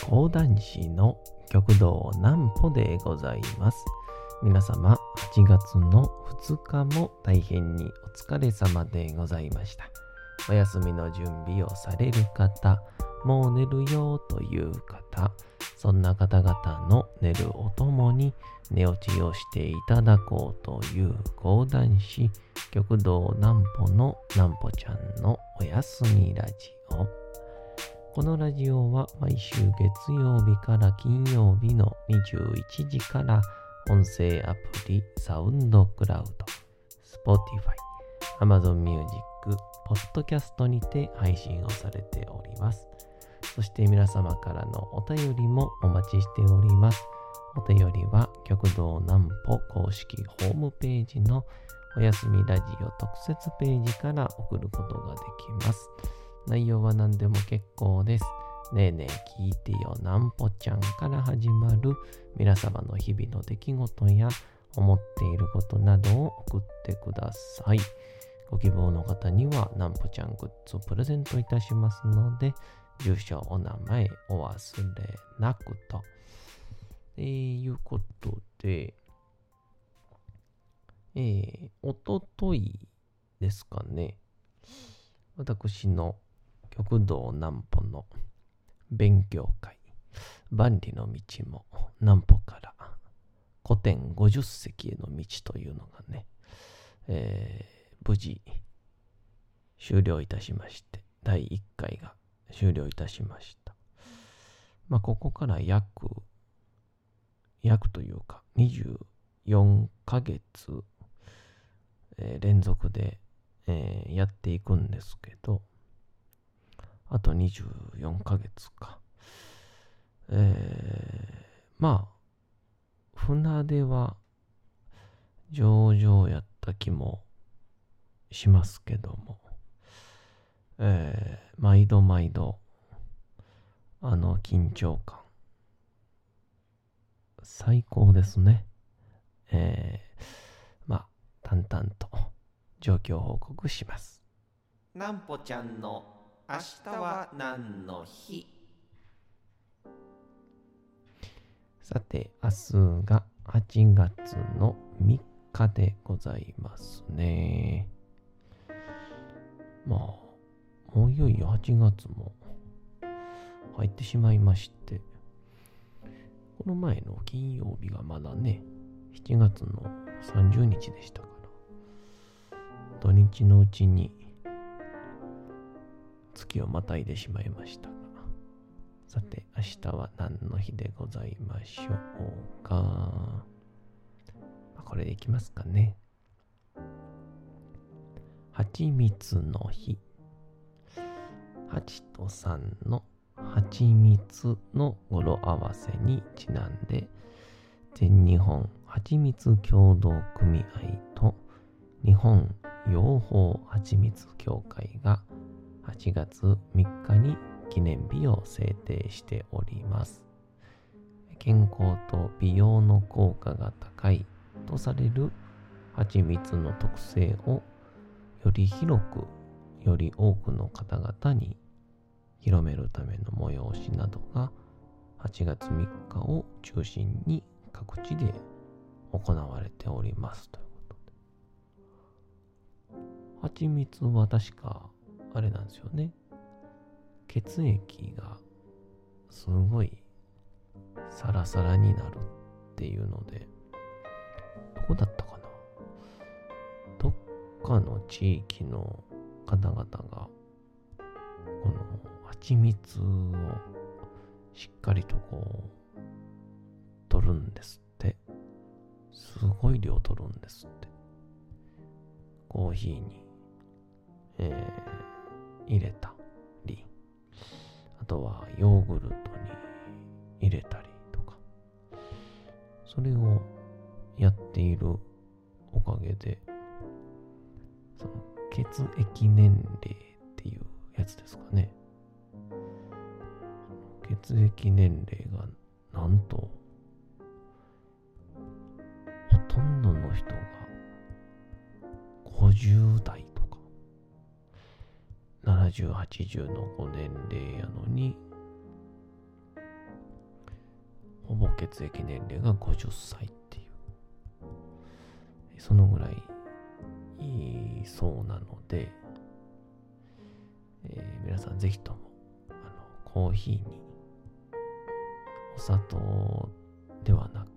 講談師の極道南歩でございます。皆様8月の2日も大変にお疲れ様でございました。お休みの準備をされる方、もう寝るよという方、そんな方々の寝るおともに寝落ちをしていただこうという講談師極道南歩の南歩ちゃんのおやすみラジオ。このラジオは毎週月曜日から金曜日の21時から音声アプリサウンドクラウド、Spotify、Amazon Music、ポッドキャストにて配信をされております。そして皆様からのお便りもお待ちしております。お便りは極道南歩公式ホームページのおやすみラジオ特設ページから送ることができます。内容は何でも結構です。ねえねえ聞いてよなんぽちゃんから始まる皆様の日々の出来事や思っていることなどを送ってください。ご希望の方にはなんぽちゃんグッズをプレゼントいたしますので、住所お名前お忘れなくと。いうことで、おとといですかね、私の極道南歩の勉強会、万里の道も南歩から古典50席への道というのがね、無事終了いたしまして、第1回が終了いたしました。ここから約というか24ヶ月、連続で、やっていくんですけど、あと24ヶ月か。船出は上々やった気もしますけども、毎度緊張感最高ですね。淡々と状況報告します。 なんぽちゃんの明日は何の日。 さて、明日が8月の3日でございますね。もういよいよ8月も入ってしまいまして、この前の金曜日がまだね、7月の30日でしたから、土日のうちに月をまたいでしまいましたが、さて明日は何の日でございましょうか。これでいきますかね。蜂蜜の日。8と3の蜂蜜の語呂合わせにちなんで、全日本蜂蜜協同組合と日本養蜂蜂蜜協会が8月3日に記念日を制定しております。健康と美容の効果が高いとされる蜂蜜の特性をより広く、より多くの方々に広めるための催しなどが8月3日を中心に各地で行われておりますということで、蜂蜜は確かあれなんですよね、血液がすごいサラサラになるっていうので、どこだったかな、どっかの地域の方々がこの蜂蜜をしっかりと取るんですって。すごい量取るんですって。コーヒーに、入れたり、あとはヨーグルトに入れたりとか、それをやっているおかげで、その血液年齢っていうやつですかね、血液年齢がなんとほとんどの人が50代とか70、80のご年齢やのに血液年齢が50歳っていう、そのぐらいいいそうなので、皆さんぜひともコーヒーにお砂糖ではなく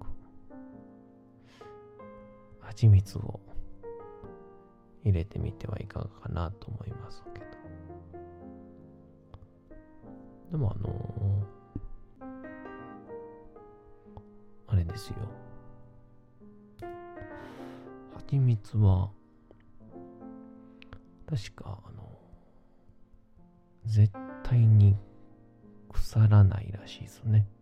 蜂蜜を入れてみてはいかがかなと思いますけど、でもあれですよ、蜂蜜は確か絶対に腐らないらしいですね。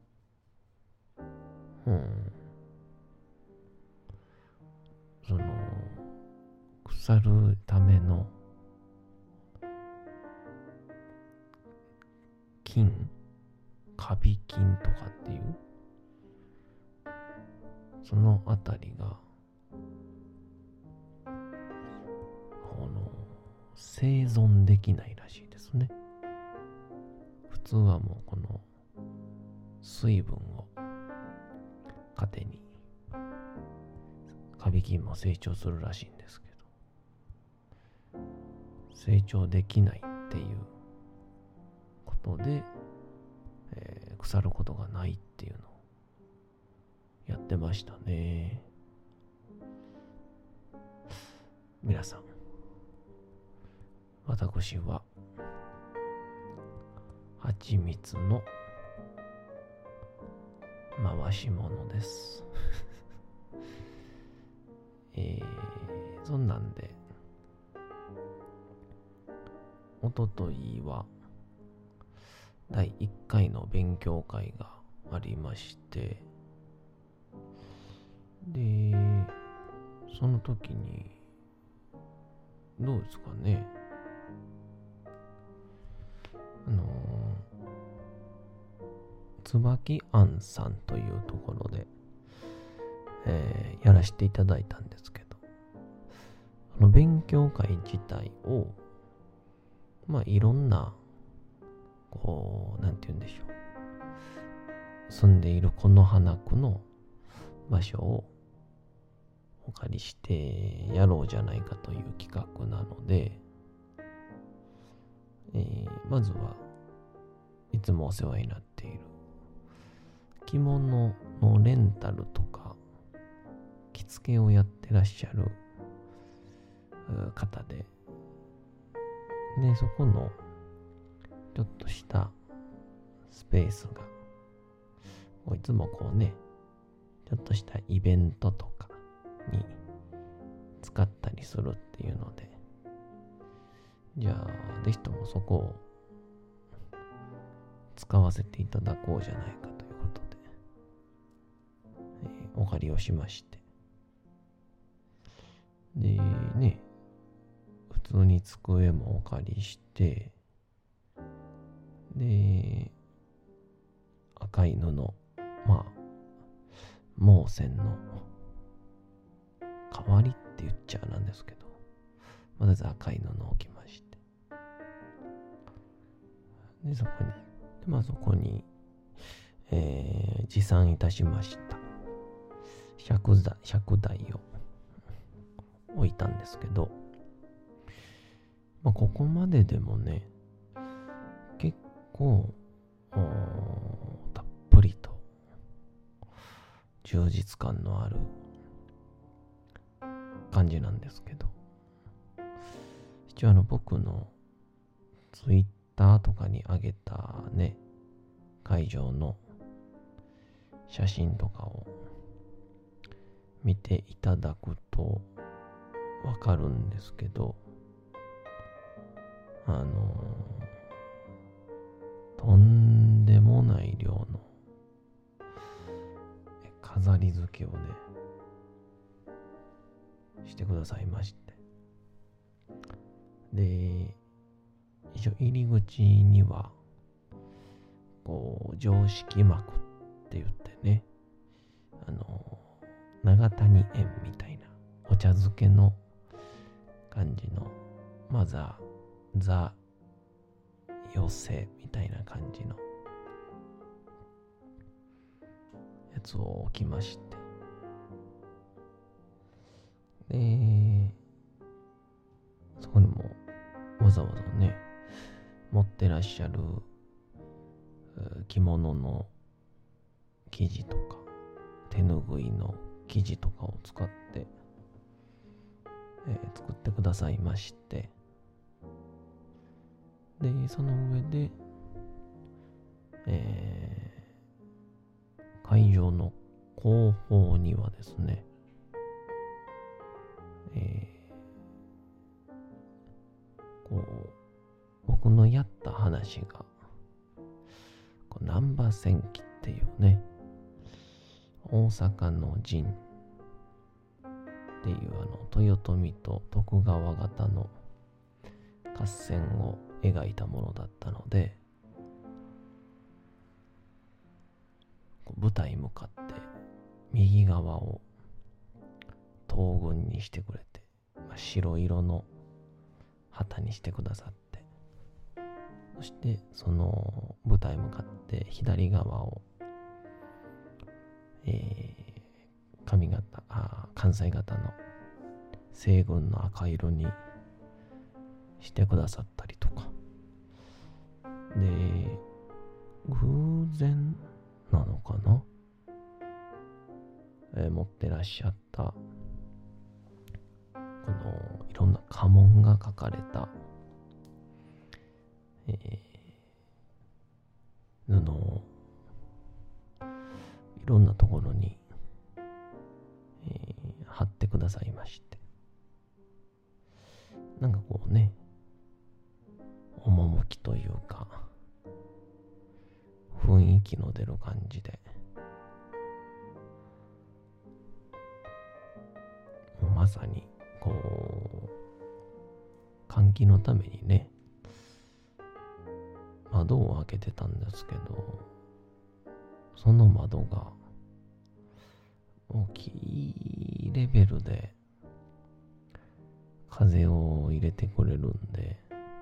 腐るためのカビ菌とかっていう、そのあたりが生存できないらしいですね。普通はもうこの水分を糧にカビ菌も成長するらしいんですけど、成長できないっていうことで、腐ることがないっていうのをやってましたね。皆さん、私は蜂蜜の回し物です。そんなんで、おとといは第1回の勉強会がありまして、で、その時にどうですかね、椿庵さんというところで、やらせていただいたんですけど、勉強会自体をいろんななんて言うんでしょう、住んでいる此花区の場所をお借りしてやろうじゃないかという企画なので、まずはいつもお世話になっている着物のレンタルとか着付けをやってらっしゃる方で、そこのちょっとしたスペースがいつもちょっとしたイベントとかに使ったりするっていうので、じゃあぜひともそこを使わせていただこうじゃないかということで、お借りをしまして、でね、普通に机もお借りして、で赤い布、毛線の代わりって言っちゃなんですけど、まず赤い布を置きまして、でそこに、持参いたしました100台を置いたんですけど、ここまででもね、結構たっぷりと充実感のある感じなんですけど、一応僕のツイッターとかに上げたね、会場の写真とかを見ていただくとわかるんですけど、とんでもない量の飾り付けをねしてくださいまして、で一応入り口には常識幕って言ってね、長谷園みたいなお茶漬けの感じのザ寄せみたいな感じのつを置きまして、でそこにもわざわざね持ってらっしゃる着物の生地とか手ぬぐいの生地とかを使って、作ってくださいまして、でその上で、会場の後方にはですね、こう僕のやった話が難波戦記っていうね、大阪の陣っていう豊臣と徳川方の合戦を描いたものだったので、舞台向かって右側を東軍にしてくれて、白色の旗にしてくださって、そしてその舞台向かって左側を、関西型の西軍の赤色にしてくださったりとかで、偶然なのかな、持ってらっしゃったこのいろんな家紋が書かれた、布をいろんなところに、貼ってくださいまして、なんかこうね、趣というか雰囲気の出る感じで、もうまさにこう換気のためにね窓を開けてたんですけど、その窓が大きいレベルで風を入れてくれるんで、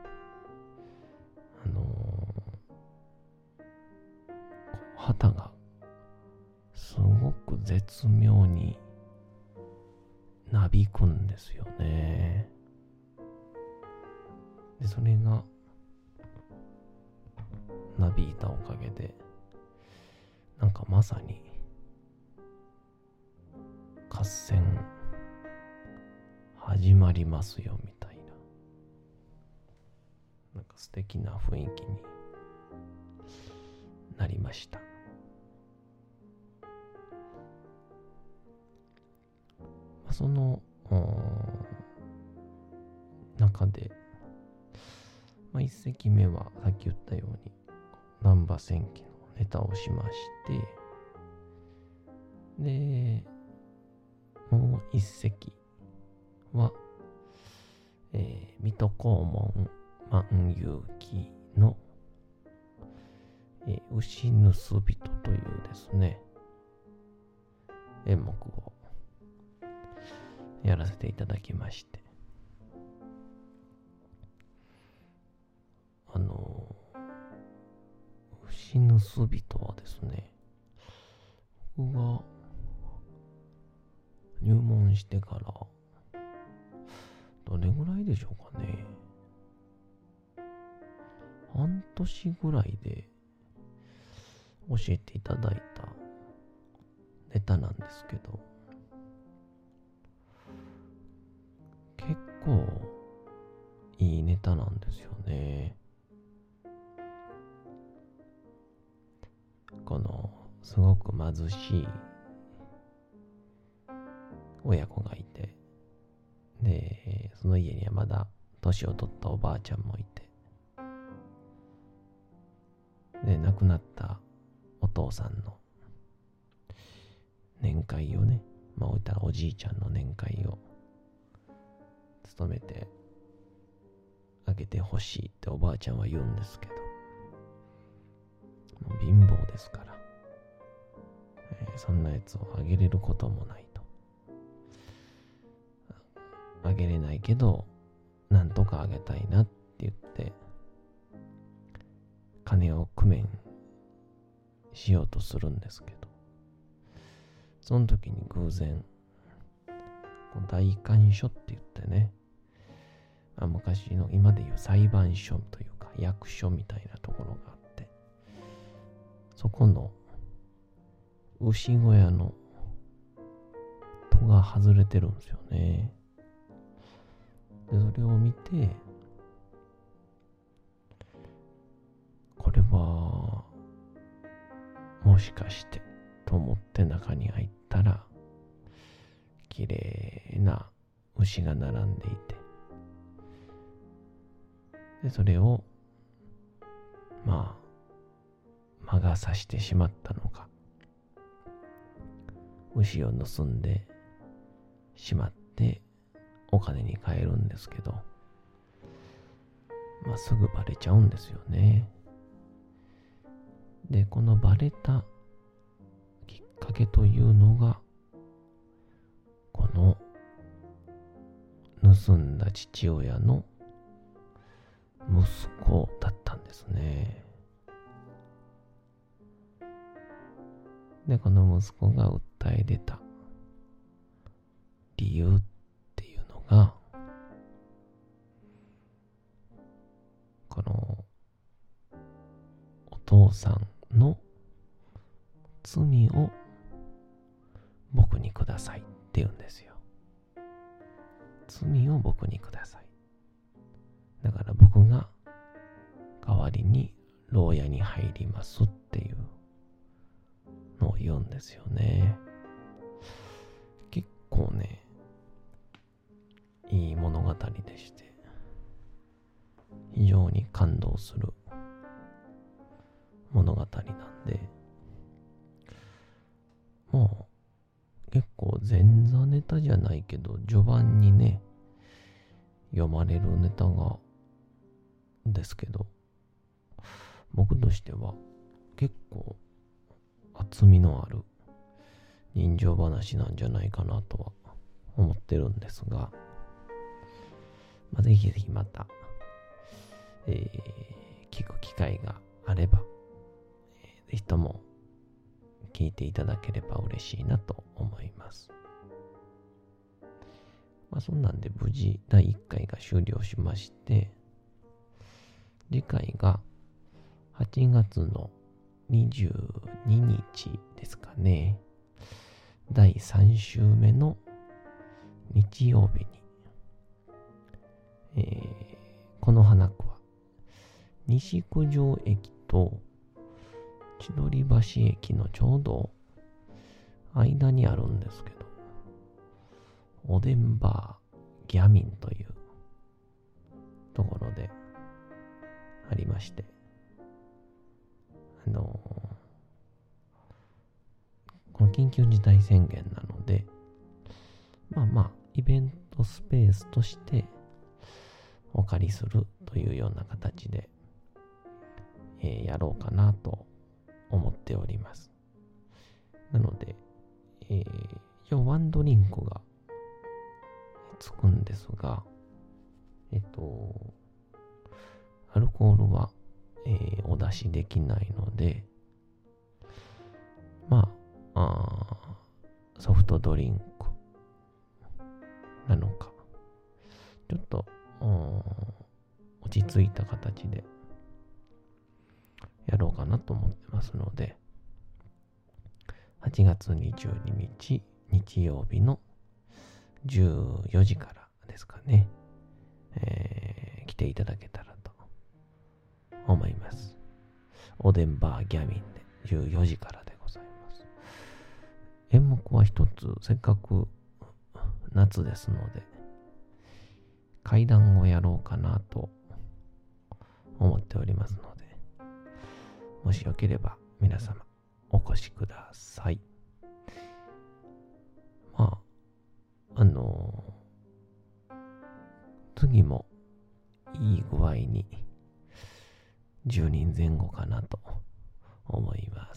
旗がすごく絶妙になびくんですよね。でそれがなびいたおかげで、なんかまさに合戦始まりますよみたいな、なんか素敵な雰囲気になりました。その中で、一席目はさっき言ったように難波戦記のネタをしまして、でもう一席は、水戸黄門万有記の、牛盗人というですね演目をやらせていただきまして、牛盗人はですね、僕が入門してからどれぐらいでしょうかね、半年ぐらいで教えていただいたネタなんですけど、結構いいネタなんですよね。このすごく貧しい親子がいて、でその家にはまだ年を取ったおばあちゃんもいて、で亡くなったお父さんの年会をね、置いたらおじいちゃんの年会を務めてあげてほしいっておばあちゃんは言うんですけど、もう貧乏ですから、そんなやつをあげれることもないと。あげれないけどなんとかあげたいなって言って金を工面しようとするんですけど、 その時に偶然、代官所って言ってね、昔の今でいう裁判所というか役所みたいなところがあって、そこの牛小屋の戸が外れてるんですよね。で、それを見て、これはもしかしてと思って中に入ったら、綺麗な牛が並んでいて、でそれを魔が差してしまったのか、牛を盗んでしまってお金に換えるんですけど、すぐバレちゃうんですよね。で、このバレたきっかけというのが、この盗んだ父親の息子だったんですね。で、この息子が訴え出た理由っていうのが、このお父さんの罪を僕にくださいって言うんですよ。罪を僕にください。だから僕が代わりに牢屋に入りますっていうのを言うんですよね。結構ね、いい物語でして、非常に感動する物語なんで、もう結構前座ネタじゃないけど、序盤にね、読まれるネタがですけど、僕としては結構厚みのある人情話なんじゃないかなとは思ってるんですが、ぜひぜひまた、聞く機会があれば、ぜひとも聞いていただければ嬉しいなと思います。そんなんで無事第1回が終了しまして、次回が8月の22日ですかね。第3週目の日曜日に、この花子は西九条駅と千鳥橋駅のちょうど間にあるんですけど、おでんバーギャミンというところでありまして、この緊急事態宣言なので、イベントスペースとしてお借りするというような形で、やろうかなと思っております。なので、一応ワンドリンクがつくんですが、アルコールは、お出しできないので、ソフトドリンクなのか、ちょっと落ち着いた形でやろうかなと思ってますので、8月22日日曜日の14時からですかね、来ていただけたらと思います。おでんバーギャミンで14時からでございます。演目は一つ、せっかく夏ですので怪談をやろうかなと思っておりますので、もしよければ皆様お越しください。次もいい具合に10人前後かなと思います。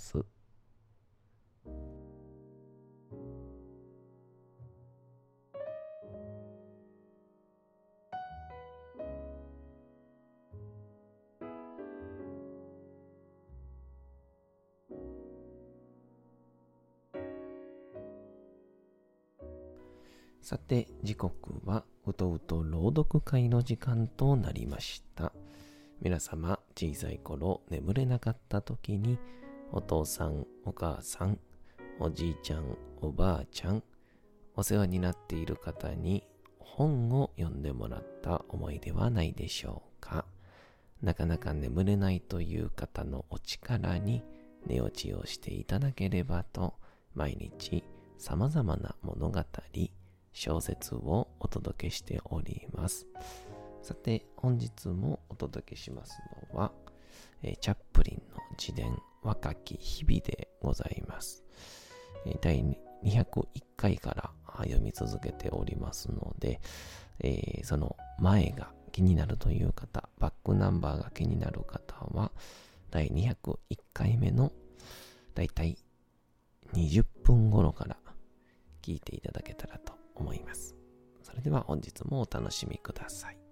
さて、時刻はうとうと朗読会の時間となりました。皆様、小さい頃眠れなかった時に、お父さん、お母さん、おじいちゃん、おばあちゃん、お世話になっている方に本を読んでもらった思いではないでしょうか。なかなか眠れないという方のお力に寝落ちをしていただければと、毎日様々な物語、小説をお届けしております。さて、本日もお届けしますのは、チャップリンの自伝若き日々でございます。第201回から読み続けておりますので、その前が気になるという方、バックナンバーが気になる方は、第201回目のだいたい20分頃から聞いていただけたらと思います。それでは本日もお楽しみください。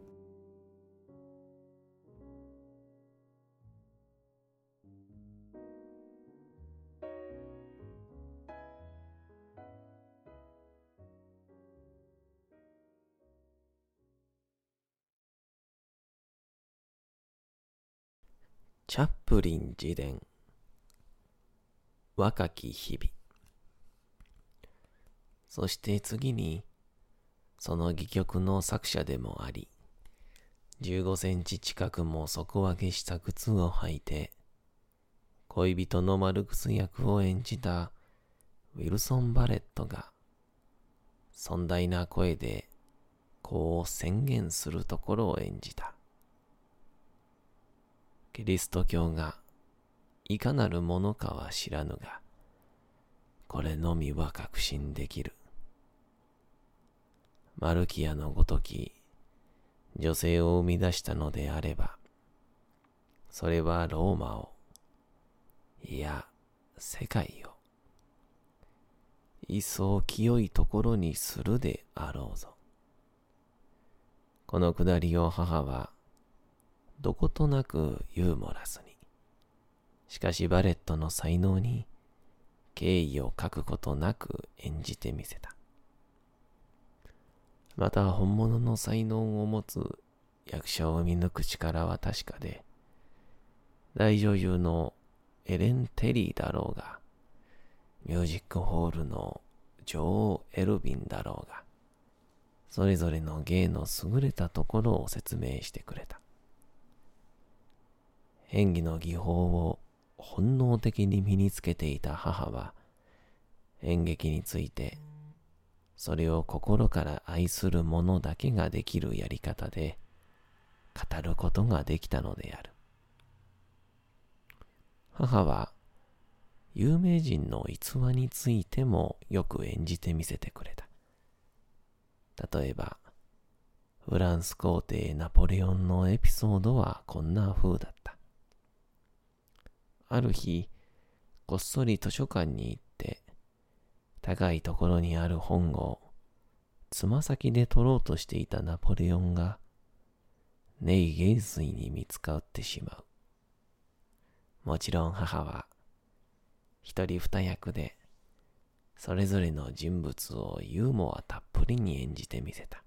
チャップリン自伝若き日々。そして次に、その戯曲の作者でもあり、15センチ近くも底上げした靴を履いて、恋人のマルクス役を演じたウィルソン・バレットが、尊大な声でこう宣言するところを演じた。キリスト教がいかなるものかは知らぬが、これのみは確信できる。マルキアのごとき女性を生み出したのであれば、それはローマを、いや世界を、一層清いところにするであろうぞ。このくだりを母は、どことなくユーモラスに、しかしバレットの才能に敬意を欠くことなく演じてみせた。また本物の才能を持つ役者を見抜く力は確かで、大女優のエレン・テリーだろうが、ミュージックホールの女王エルヴィンだろうが、それぞれの芸の優れたところを説明してくれた。演技の技法を本能的に身につけていた母は、演劇について、それを心から愛する者だけができるやり方で語ることができたのである。母は有名人の逸話についてもよく演じてみせてくれた。例えば、フランス皇帝ナポレオンのエピソードはこんな風だった。ある日、こっそり図書館に行って、高いところにある本をつま先で取ろうとしていたナポレオンがネイ元帥に見つかってしまう。もちろん母は一人二役でそれぞれの人物をユーモアたっぷりに演じてみせた。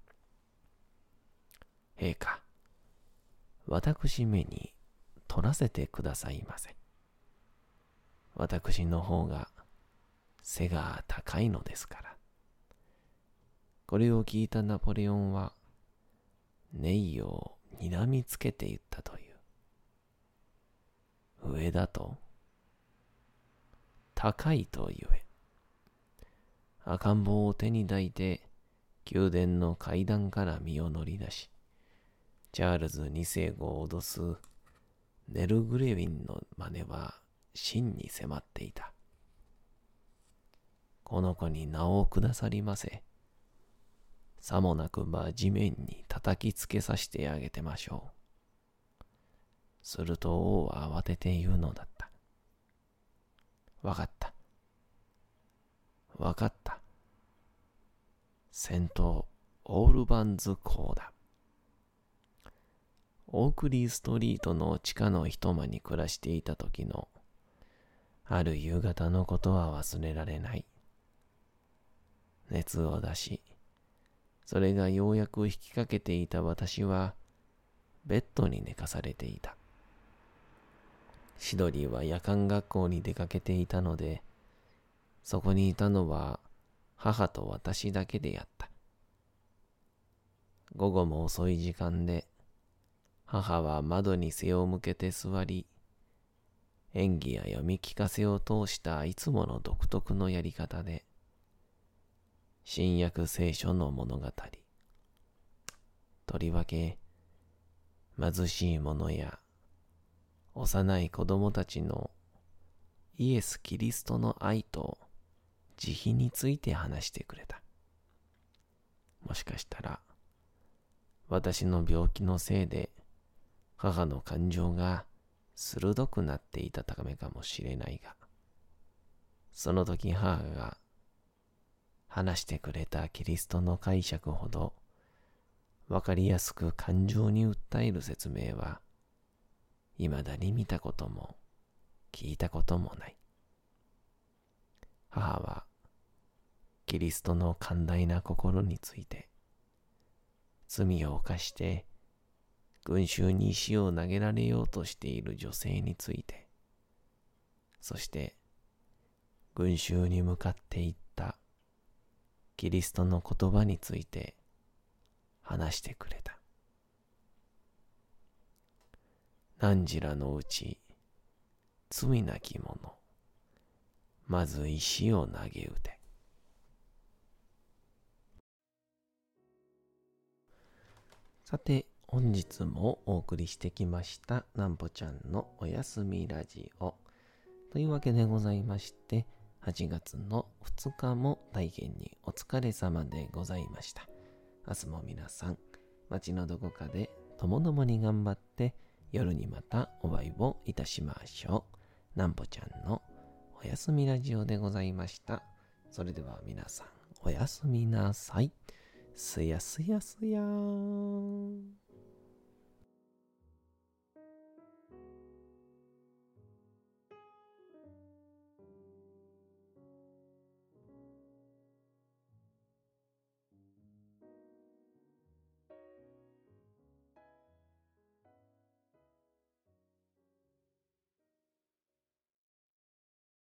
陛下、私めに取らせてくださいませ。私の方が背が高いのですから。これを聞いたナポレオンは、ネイを睨みつけて言ったという。上だと高いと言え。赤ん坊を手に抱いて、宮殿の階段から身を乗り出し、チャールズ2世を脅すネルグレウィンの真似は真に迫っていた。この子に名をくださりませ。さもなくば地面に叩きつけさせてあげてましょう。すると王は慌てて言うのだった。わかった。わかった。セント・オールバンズ校だ。オークリーストリートの地下の一間に暮らしていた時のある夕方のことは忘れられない。熱を出し、 それがようやく引きかけていた私は、ベッドに寝かされていた。シドリーは夜間学校に出かけていたので、そこにいたのは母と私だけであった。午後も遅い時間で、母は窓に背を向けて座り、演技や読み聞かせを通したいつもの独特のやり方で、新約聖書の物語、とりわけ貧しい者や幼い子供たちのイエス・キリストの愛と慈悲について話してくれた。もしかしたら、私の病気のせいで母の感情が鋭くなっていたためかもしれないが、その時母が話してくれたキリストの解釈ほどわかりやすく感情に訴える説明は、未だに見たことも聞いたこともない。母はキリストの寛大な心について、罪を犯して群衆に石を投げられようとしている女性について、そして群衆に向かっていったキリストの言葉について話してくれた。汝らのうち罪なき者、まず石を投げ打て。さて、本日もお送りしてきましたなんぽちゃんのおやすみラジオというわけでございまして、8月の2日も大変にお疲れ様でございました。明日も皆さん、街のどこかでともどもに頑張って夜にまたお会いをいたしましょう。なんぽちゃんのおやすみラジオでございました。それでは皆さん、おやすみなさい。すやすやすやーん。